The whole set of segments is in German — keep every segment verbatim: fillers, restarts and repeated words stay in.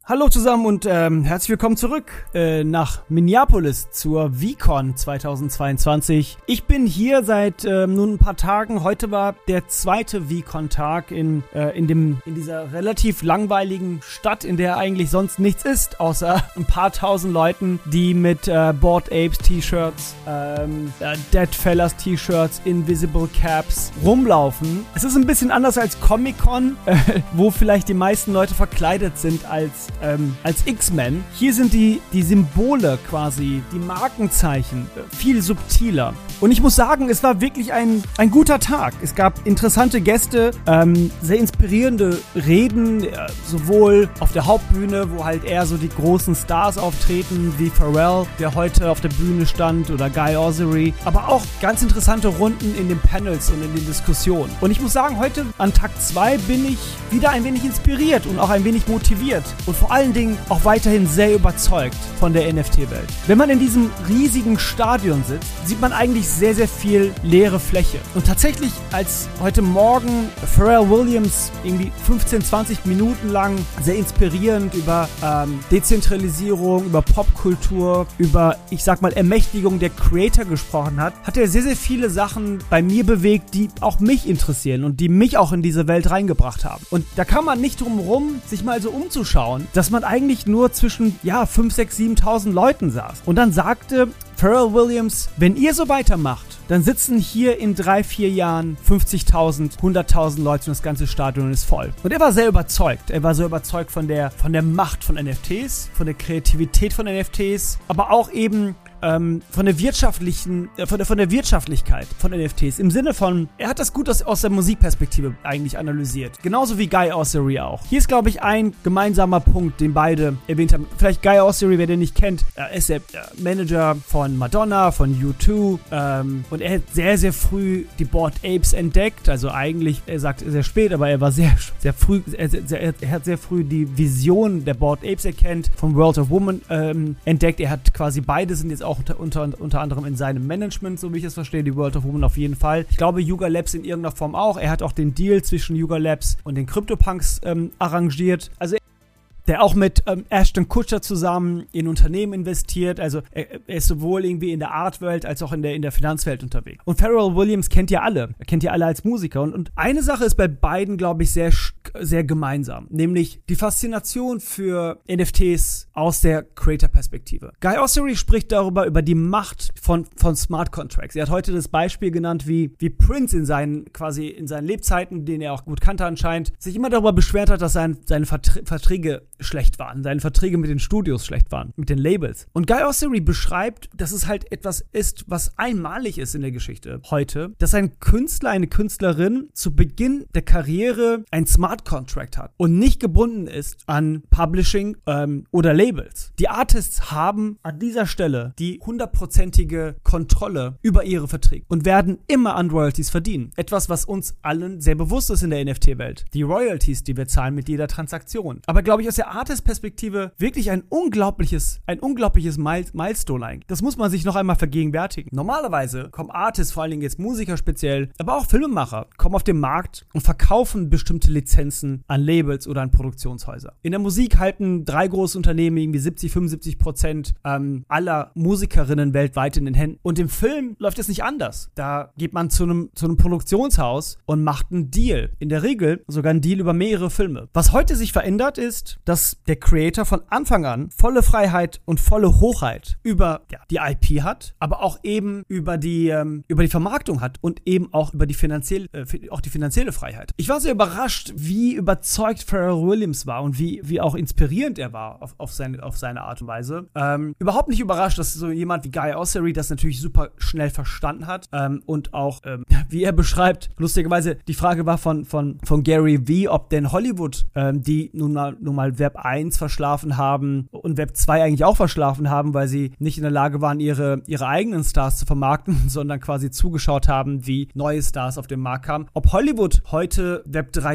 Hallo zusammen und ähm, herzlich willkommen zurück äh, nach Minneapolis zur VCon zweitausendzweiundzwanzig. Ich bin hier seit ähm, nun ein paar Tagen. Heute war der zweite VCon-Tag in, äh, in, dem, in dieser relativ langweiligen Stadt, in der eigentlich sonst nichts ist, außer ein paar tausend Leuten, die mit äh, Bored Apes T-Shirts, ähm, äh, Deadfellas T-Shirts, Invisible Caps rumlaufen. Es ist ein bisschen anders als Comic-Con, äh, wo vielleicht die meisten Leute verkleidet sind als Ähm, als X-Men. Hier sind die, die Symbole quasi, die Markenzeichen äh, viel subtiler. Und ich muss sagen, es war wirklich ein, ein guter Tag. Es gab interessante Gäste, ähm, sehr inspirierende Reden, äh, sowohl auf der Hauptbühne, wo halt eher so die großen Stars auftreten, wie Pharrell, der heute auf der Bühne stand, oder Guy Oseary, aber auch ganz interessante Runden in den Panels und in den Diskussionen. Und ich muss sagen, heute an Tag zwei bin ich wieder ein wenig inspiriert und auch ein wenig motiviert und vor allen Dingen auch weiterhin sehr überzeugt von der N F T-Welt. Wenn man in diesem riesigen Stadion sitzt, sieht man eigentlich sehr, sehr viel leere Fläche. Und tatsächlich, als heute Morgen Pharrell Williams irgendwie fünfzehn, zwanzig Minuten lang sehr inspirierend über ähm, Dezentralisierung, über Popkultur, über, ich sag mal, Ermächtigung der Creator gesprochen hat, hat er sehr, sehr viele Sachen bei mir bewegt, die auch mich interessieren und die mich auch in diese Welt reingebracht haben. Und da kann man nicht drum rum, sich mal so umzuschauen, dass man eigentlich nur zwischen, ja, fünf, sechs, siebentausend Leuten saß. Und dann sagte Pharrell Williams, wenn ihr so weitermacht, dann sitzen hier in drei, vier Jahren fünfzigtausend, hunderttausend Leute und das ganze Stadion ist voll. Und er war sehr überzeugt. Er war so überzeugt von der, von der Macht von N F Ts, von der Kreativität von N F Ts, aber auch eben ähm, von der wirtschaftlichen, äh, von der, von der Wirtschaftlichkeit von N F Ts. Im Sinne von, er hat das gut aus, aus der Musikperspektive eigentlich analysiert. Genauso wie Guy Oseary auch. Hier ist, glaube ich, ein gemeinsamer Punkt, den beide erwähnt haben. Vielleicht Guy Oseary, wer den nicht kennt, er ist der Manager von Madonna, von U zwei, ähm, und er hat sehr, sehr früh die Bored Apes entdeckt. Also eigentlich, er sagt sehr spät, aber er war sehr, sehr früh, er, sehr, er hat sehr früh die Vision der Bored Apes erkannt, vom World of Woman ähm, entdeckt. Er hat quasi beide sind jetzt auch unter, unter, unter anderem in seinem Management, so wie ich es verstehe, die World of Woman auf jeden Fall. Ich glaube, Yuga Labs in irgendeiner Form auch. Er hat auch den Deal zwischen Yuga Labs und den CryptoPunks ähm, arrangiert. Also der auch mit ähm, Ashton Kutcher zusammen in Unternehmen investiert. Also er, er ist sowohl irgendwie in der Artwelt als auch in der, in der Finanzwelt unterwegs. Und Pharrell Williams kennt ihr alle. Er kennt ihr alle als Musiker. Und, und eine Sache ist bei beiden, glaube ich, sehr, sehr gemeinsam. Nämlich die Faszination für N F Ts aus der Creator-Perspektive. Guy Oseary spricht darüber, über die Macht von, von Smart Contracts. Er hat heute das Beispiel genannt, wie, wie Prince in seinen, quasi in seinen Lebzeiten, den er auch gut kannte anscheinend, sich immer darüber beschwert hat, dass sein, seine Vertr- Verträge schlecht waren, seine Verträge mit den Studios schlecht waren, mit den Labels. Und Guy Oseary beschreibt, dass es halt etwas ist, was einmalig ist in der Geschichte heute, dass ein Künstler, eine Künstlerin zu Beginn der Karriere ein Smart Contract hat und nicht gebunden ist an Publishing ähm, oder Labels. Die Artists haben an dieser Stelle die hundertprozentige Kontrolle über ihre Verträge und werden immer an Royalties verdienen. Etwas, was uns allen sehr bewusst ist in der N F T-Welt. Die Royalties, die wir zahlen mit jeder Transaktion. Aber glaube ich, aus der Artist-Perspektive wirklich ein unglaubliches, ein unglaubliches Mil- Milestone eigentlich. Das muss man sich noch einmal vergegenwärtigen. Normalerweise kommen Artists, vor allen Dingen jetzt Musiker speziell, aber auch Filmemacher, kommen auf den Markt und verkaufen bestimmte Lizenzen an Labels oder an Produktionshäuser. In der Musik halten drei große Unternehmen irgendwie siebzig, fünfundsiebzig Prozent ähm, aller Musikerinnen weltweit in den Händen. Und im Film läuft es nicht anders. Da geht man zu einem, zu einem Produktionshaus und macht einen Deal. In der Regel sogar einen Deal über mehrere Filme. Was heute sich verändert ist, dass der Creator von Anfang an volle Freiheit und volle Hoheit über ja, die I P hat, aber auch eben über die, ähm, über die Vermarktung hat und eben auch über die finanzielle, äh, auch die finanzielle Freiheit. Ich war sehr überrascht, wie überzeugt Pharrell Williams war und wie, wie auch inspirierend er war auf, auf, seine, auf seine Art und Weise. Ähm, überhaupt nicht überrascht, dass so jemand wie Guy Oseary das natürlich super schnell verstanden hat ähm, und auch, ähm, wie er beschreibt, lustigerweise, die Frage war von, von, von Gary V, ob denn Hollywood, ähm, die nun mal, nun mal Web eins verschlafen haben und Web zwei eigentlich auch verschlafen haben, weil sie nicht in der Lage waren, ihre, ihre eigenen Stars zu vermarkten, sondern quasi zugeschaut haben, wie neue Stars auf den Markt kamen. Ob Hollywood heute Web drei checkt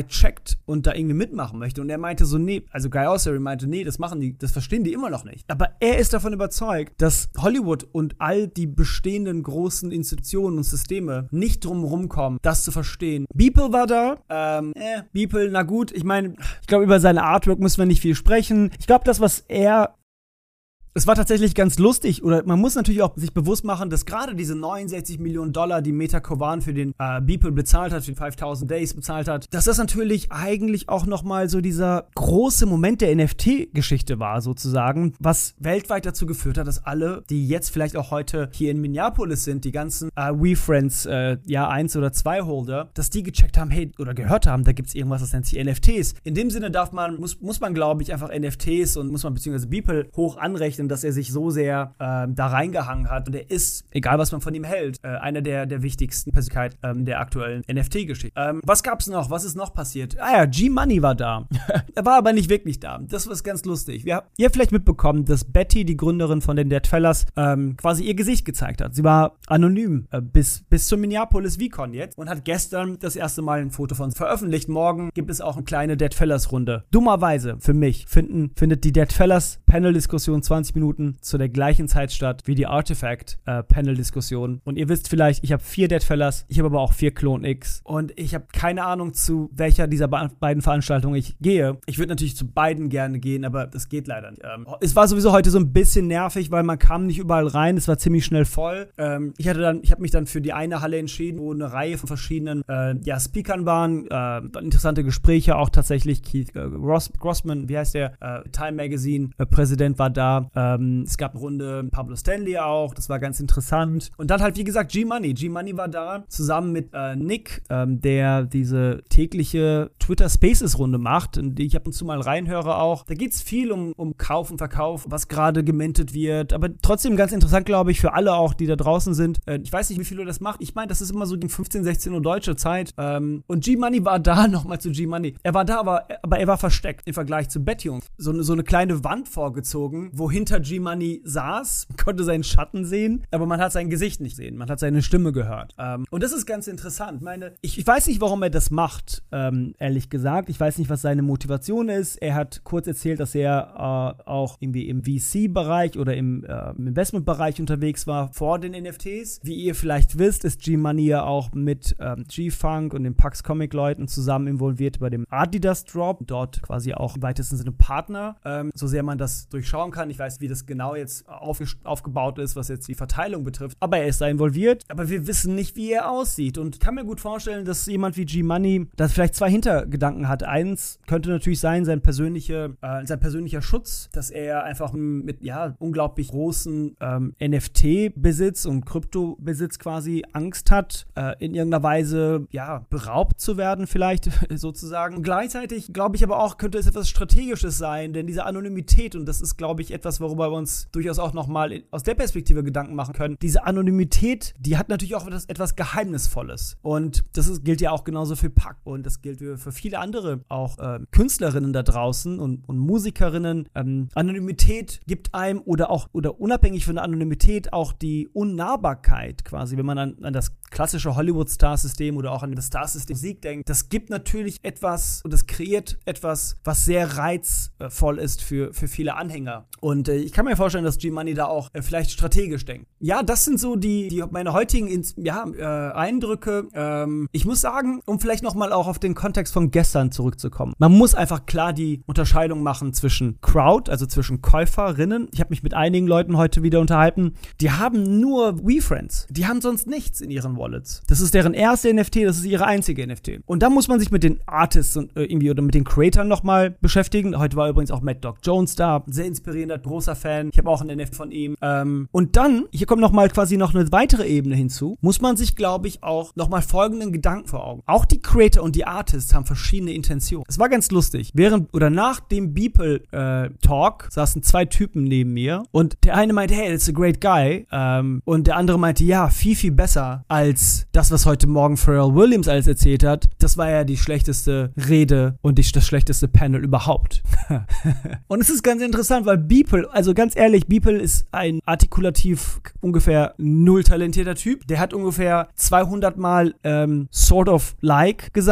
checkt und da irgendwie mitmachen möchte. Und er meinte so, nee, also Guy Oseary meinte, nee, das machen die, das verstehen die immer noch nicht. Aber er ist davon überzeugt, dass Hollywood und all die bestehenden großen Institutionen und Systeme nicht drum rumkommen, das zu verstehen. Beeple war da, ähm, äh, Beeple, na gut, ich meine, ich glaube, über seine Artwork müssen wir nicht viel sprechen. Ich glaube, das, was er Es war tatsächlich ganz lustig, oder man muss natürlich auch sich bewusst machen, dass gerade diese neunundsechzig Millionen Dollar, die Meta Kovan für den äh, Beeple bezahlt hat, für die fünftausend Days bezahlt hat, dass das natürlich eigentlich auch nochmal so dieser große Moment der N F T-Geschichte war, sozusagen, was weltweit dazu geführt hat, dass alle, die jetzt vielleicht auch heute hier in Minneapolis sind, die ganzen äh, WeFriends, äh, ja, eins oder zwei Holder, dass die gecheckt haben, hey, oder gehört haben, da gibt's irgendwas, das nennt sich N F Ts. In dem Sinne darf man, muss, muss man, glaube ich, einfach N F Ts und muss man beziehungsweise Beeple hoch anrechnen, dass er sich so sehr äh, da reingehangen hat. Und er ist, egal was man von ihm hält, äh, einer der, der wichtigsten Persönlichkeiten ähm, der aktuellen N F T-Geschichte. Ähm, was gab's noch? Was ist noch passiert? Ah ja, G-Money war da. Er war aber nicht wirklich da. Das war ganz lustig. Wir, ihr habt vielleicht mitbekommen, dass Betty, die Gründerin von den Dead Fellas, ähm, quasi ihr Gesicht gezeigt hat. Sie war anonym äh, bis, bis zum Minneapolis VCon jetzt und hat gestern das erste Mal ein Foto von uns veröffentlicht. Morgen gibt es auch eine kleine Dead Fellas-Runde. Dummerweise, für mich, finden, findet die Dead Fellas Panel-Diskussion zwanzig Minuten zu der gleichen Zeit statt wie die Artifact-Panel-Diskussion. Äh, und ihr wisst vielleicht, ich habe vier Dead Fellas, ich habe aber auch vier Clone X. Und ich habe keine Ahnung, zu welcher dieser be- beiden Veranstaltungen ich gehe. Ich würde natürlich zu beiden gerne gehen, aber das geht leider nicht. Ähm, es war sowieso heute so ein bisschen nervig, weil man kam nicht überall rein. Es war ziemlich schnell voll. Ähm, ich hatte dann, ich habe mich dann für die eine Halle entschieden, wo eine Reihe von verschiedenen äh, ja, Speakern waren. Äh, interessante Gespräche, auch tatsächlich Keith äh, Gross, Grossman, wie heißt der? Äh, Time Magazine äh, Präsident war da. Ähm, Es gab eine Runde Pablo Stanley auch, das war ganz interessant. Und dann halt, wie gesagt, G-Money. G-Money war da, zusammen mit äh, Nick, ähm, der diese tägliche Twitter-Spaces-Runde macht, in die ich ab und zu mal reinhöre auch. Da geht es viel um, um Kauf und Verkauf, was gerade gemintet wird. Aber trotzdem ganz interessant, glaube ich, für alle auch, die da draußen sind. Äh, ich weiß nicht, wie viel Uhr das macht. Ich meine, das ist immer so gegen fünfzehn, sechzehn Uhr deutsche Zeit. Ähm, und G-Money war da, nochmal zu G-Money. Er war da, aber, aber er war versteckt im Vergleich zu Betty. So, so eine kleine Wand vorgezogen, wo hinter G-Money saß, konnte seinen Schatten sehen, aber man hat sein Gesicht nicht sehen, man hat seine Stimme gehört. Ähm, und das ist ganz interessant. Meine, ich, ich weiß nicht, warum er das macht, ähm, ehrlich gesagt. Ich weiß nicht, was seine Motivation ist. Er hat kurz erzählt, dass er äh, auch irgendwie im V C-Bereich oder im, äh, im Investmentbereich unterwegs war vor den N F Ts. Wie ihr vielleicht wisst, ist G-Money ja auch mit ähm, G-Funk und den Pax Comic-Leuten zusammen involviert bei dem Adidas Drop. Dort quasi auch im weitesten Sinne Partner, ähm, so sehr man das durchschauen kann. Ich weiß, wie das genau jetzt auf, aufgebaut ist, was jetzt die Verteilung betrifft. Aber er ist da involviert. Aber wir wissen nicht, wie er aussieht. Und ich kann mir gut vorstellen, dass jemand wie G-Money da vielleicht zwei Hintergedanken hat. Eins könnte natürlich sein, sein, persönliche, äh, sein persönlicher Schutz, dass er einfach mit ja unglaublich großen ähm, N F T-Besitz und Kryptobesitz quasi Angst hat, äh, in irgendeiner Weise ja beraubt zu werden vielleicht sozusagen. Und gleichzeitig glaube ich aber auch, könnte es etwas Strategisches sein, denn diese Anonymität, und das ist glaube ich etwas, worüber wir uns durchaus auch nochmal aus der Perspektive Gedanken machen können. Diese Anonymität, die hat natürlich auch etwas, etwas Geheimnisvolles. Und das ist, gilt ja auch genauso für Pac. Und das gilt für, für viele andere auch äh, Künstlerinnen da draußen und, und Musikerinnen. Ähm, Anonymität gibt einem oder auch oder unabhängig von der Anonymität auch die Unnahbarkeit quasi, wenn man an, an das klassische Hollywood-Star-System oder auch an das Star-System Musik denkt. Das gibt natürlich etwas und das kreiert etwas, was sehr reizvoll ist für, für viele Anhänger. Und äh, ich kann mir vorstellen, dass G-Money da auch äh, vielleicht strategisch denkt. Ja, das sind so die, die meine heutigen Ins- ja, äh, Eindrücke. Ähm, ich muss sagen, um vielleicht nochmal auch auf den Kontext von gestern zurückzukommen. Man muss einfach klar die Unterscheidung machen zwischen Crowd, also zwischen Käuferinnen. Ich habe mich mit einigen Leuten heute wieder unterhalten. Die haben nur WeFriends. Die haben sonst nichts in ihren Wallets. Das ist deren erste N F T, das ist ihre einzige N F T. Und da muss man sich mit den Artists und äh, irgendwie oder mit den Creatoren nochmal beschäftigen. Heute war übrigens auch Mad Dog Jones da. Sehr inspirierender, großer Fan. Ich habe auch ein N F T von ihm. Ähm, und dann, hier kommt nochmal quasi noch eine weitere Ebene hinzu, muss man sich, glaube ich, auch nochmal folgenden Gedanken vor Augen. Auch die Creator und die Artists haben verschiedene Intentionen. Es war ganz lustig. Während oder nach dem Beeple-Talk äh, saßen zwei Typen neben mir und der eine meinte, hey, that's a great guy. Ähm, und der andere meinte, ja, viel, viel besser als das, was heute Morgen Pharrell Williams alles erzählt hat. Das war ja die schlechteste Rede und die, das schlechteste Panel überhaupt. Und es ist ganz interessant, weil Beeple, also ganz ehrlich, Beeple ist ein artikulativ ungefähr null talentierter Typ. Der hat ungefähr zweihundert Mal ähm, sort of like gesagt.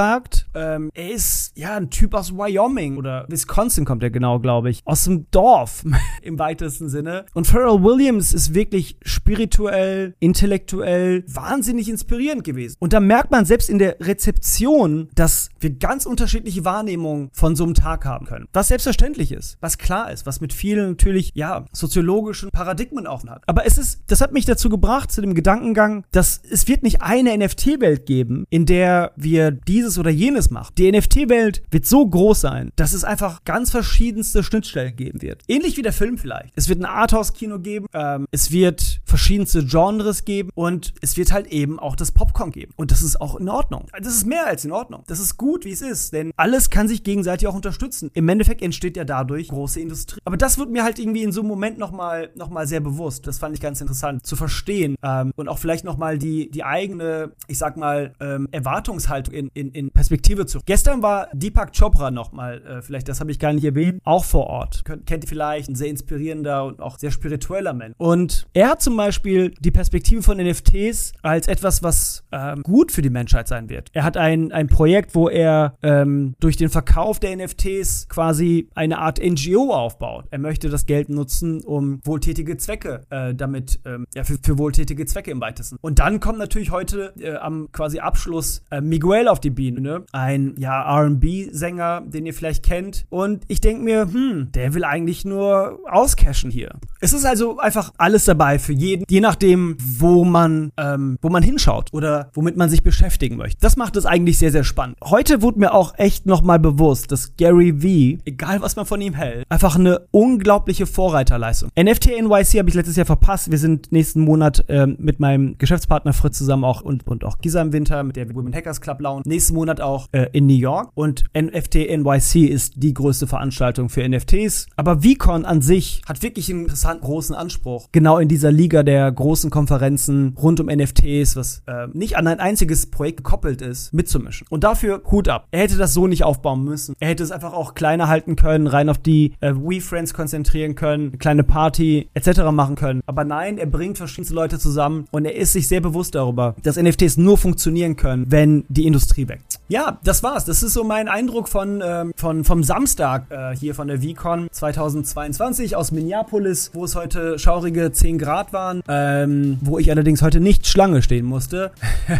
Ähm, er ist, ja, ein Typ aus Wyoming oder Wisconsin kommt er genau, glaube ich. Aus dem Dorf im weitesten Sinne. Und Pharrell Williams ist wirklich spirituell, intellektuell, wahnsinnig inspirierend gewesen. Und da merkt man selbst in der Rezeption, dass wir ganz unterschiedliche Wahrnehmungen von so einem Tag haben können. Was selbstverständlich ist, was klar ist, was mit vielen natürlich, ja, soziologischen Paradigmen auch hat. Aber es ist, das hat mich dazu gebracht, zu dem Gedankengang, dass es wird nicht eine N F T-Welt geben, in der wir dieses oder jenes machen. Die N F T-Welt wird so groß sein, dass es einfach ganz verschiedenste Schnittstellen geben wird. Ähnlich wie der Film vielleicht. Es wird ein Arthouse-Kino geben, ähm, es wird verschiedenste Genres geben und es wird halt eben auch das Popcorn geben. Und das ist auch in Ordnung. Das ist mehr als in Ordnung. Das ist gut, wie es ist, denn alles kann sich gegenseitig auch unterstützen. Im Endeffekt entsteht ja dadurch große Industrie. Aber das wird mir halt irgendwie in so einem Moment nochmal noch mal sehr bewusst. Das fand ich ganz interessant zu verstehen ähm, und auch vielleicht nochmal die, die eigene, ich sag mal, ähm, Erwartungshaltung in, in, in Perspektive zu. Gestern war Deepak Chopra nochmal, äh, vielleicht das habe ich gar nicht erwähnt, auch vor Ort. Könnt, kennt ihr vielleicht, ein sehr inspirierender und auch sehr spiritueller Mensch. Und er hat zum Beispiel die Perspektive von N F Ts als etwas, was ähm, gut für die Menschheit sein wird. Er hat ein, ein Projekt, wo er ähm, durch den Verkauf der N F Ts quasi eine Art N G O aufbaut. Er möchte das Geld nutzen, um wohltätige Zwecke äh, damit, ähm, ja, für, für wohltätige Zwecke im weitesten. Und dann kommt natürlich heute äh, am quasi Abschluss äh, Miguel auf die Bühne, ein ja R and B-Sänger, den ihr vielleicht kennt. Und ich denke mir, hm, der will eigentlich nur auscashen hier. Es ist also einfach alles dabei für jeden, je nachdem, wo man, ähm, wo man hinschaut oder womit man sich beschäftigen möchte. Das macht es eigentlich sehr, sehr spannend. Heute wurde mir auch echt nochmal bewusst, dass Gary Vee, egal was man von ihm hält, einfach eine unglaubliche Vorreiterleistung. N F T N Y C habe ich letztes Jahr verpasst. Wir sind nächsten Monat ähm, mit meinem Geschäftspartner Fritz zusammen auch und, und auch Gisa im Winter mit der Women Hackers Club Lounge. Nächsten Monat auch äh, in New York. Und N F T N Y C ist die größte Veranstaltung für N F Ts. Aber VCon an sich hat wirklich einen interessanten, großen Anspruch. Genau in dieser Liga der großen Konferenzen rund um N F Ts, was äh, nicht an ein einziges Projekt gekoppelt ist, mitzumischen. Und dafür Hut ab. Er hätte das so nicht aufbauen müssen. Er hätte es einfach auch kleiner halten können, rein auf die äh, We-Friends konzentrieren können, eine kleine Party et cetera machen können. Aber nein, er bringt verschiedenste Leute zusammen und er ist sich sehr bewusst darüber, dass N F Ts nur funktionieren können, wenn die Industrie wächst. Ja, das war's. Das ist so mein Eindruck von, ähm, von vom Samstag äh, hier von der VCon zweitausendzweiundzwanzig aus Minneapolis, wo es heute schaurige zehn Grad waren, ähm, wo ich allerdings heute nicht Schlange stehen musste.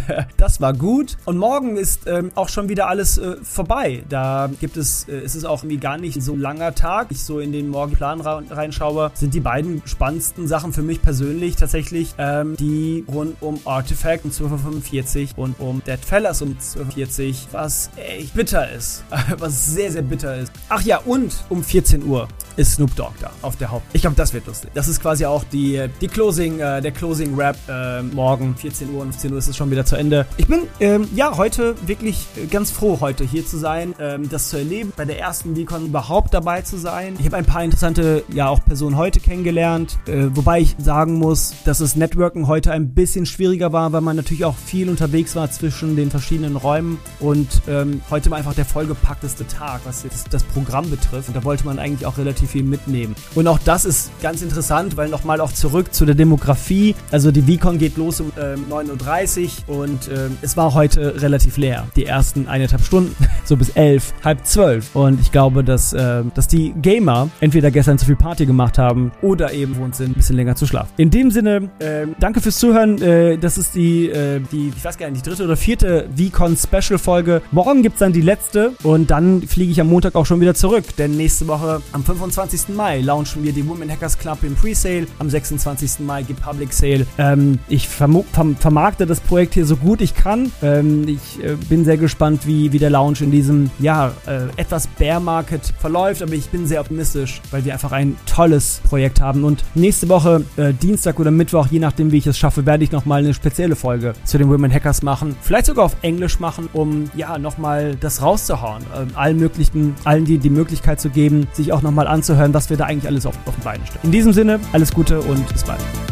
Das war gut. Und morgen ist ähm, auch schon wieder alles äh, vorbei. Da gibt es, äh, es ist auch irgendwie gar nicht so ein langer Tag. Ich so in den Morgenplan ra- reinschaue, sind die beiden spannendsten Sachen für mich persönlich tatsächlich ähm, die rund um Artifact um zwölf Uhr fünfundvierzig und um Dead Fellas um zwölf Uhr vierzig, was echt bitter ist. Was sehr, sehr bitter ist. Ach ja, und um vierzehn Uhr ist Snoop Dogg da auf der Haupt. Ich glaube, das wird lustig. Das ist quasi auch die, die Closing, äh, der Closing Rap äh, morgen. vierzehn Uhr und fünfzehn Uhr ist es schon wieder zu Ende. Ich bin, ähm, ja, heute wirklich ganz froh, heute hier zu sein, ähm, das zu erleben, bei der ersten VCon überhaupt dabei zu sein. Ich habe ein paar interessante, ja, auch Personen heute kennengelernt, äh, wobei ich sagen muss, dass das Networken heute ein bisschen schwieriger war, weil man natürlich auch viel unterwegs war zwischen den verschiedenen Räumen und ähm, heute war einfach der vollgepackteste Tag, was jetzt das Programm betrifft. Und da wollte man eigentlich auch relativ viel mitnehmen. Und auch das ist ganz interessant, weil nochmal auch zurück zu der Demografie. Also die VCon geht los um ähm, neun Uhr dreißig und ähm, es war heute relativ leer. Die ersten eineinhalb Stunden, so bis elf, halb zwölf. Und ich glaube, dass, äh, dass die Gamer entweder gestern zu viel Party gemacht haben oder eben gewohnt sind, ein bisschen länger zu schlafen. In dem Sinne, äh, danke fürs Zuhören. Äh, das ist die, äh, die, ich weiß gar nicht, die dritte oder vierte VCon-Special-Folge. Morgen gibt es dann die letzte und dann fliege ich am Montag auch schon wieder zurück, denn nächste Woche am fünfundzwanzigsten Mai launchen wir die Women Hackers Club im Presale. Am sechsundzwanzigsten Mai gibt Public Sale. Ähm, ich verm- verm- vermarkte das Projekt hier so gut ich kann. Ähm, ich äh, bin sehr gespannt, wie, wie der Launch in diesem, ja, äh, etwas Bear Market verläuft, aber ich bin sehr optimistisch, weil wir einfach ein tolles Projekt haben und nächste Woche, äh, Dienstag oder Mittwoch, je nachdem wie ich es schaffe, werde ich nochmal eine spezielle Folge zu den Women Hackers machen. Vielleicht sogar auf Englisch machen, um, ja, nochmal das rauszuhauen. Äh, allen möglichen, allen die die Möglichkeit zu geben, sich auch nochmal anzuhören, was wir da eigentlich alles auf, auf den Beinen stellen. In diesem Sinne, alles Gute und bis bald.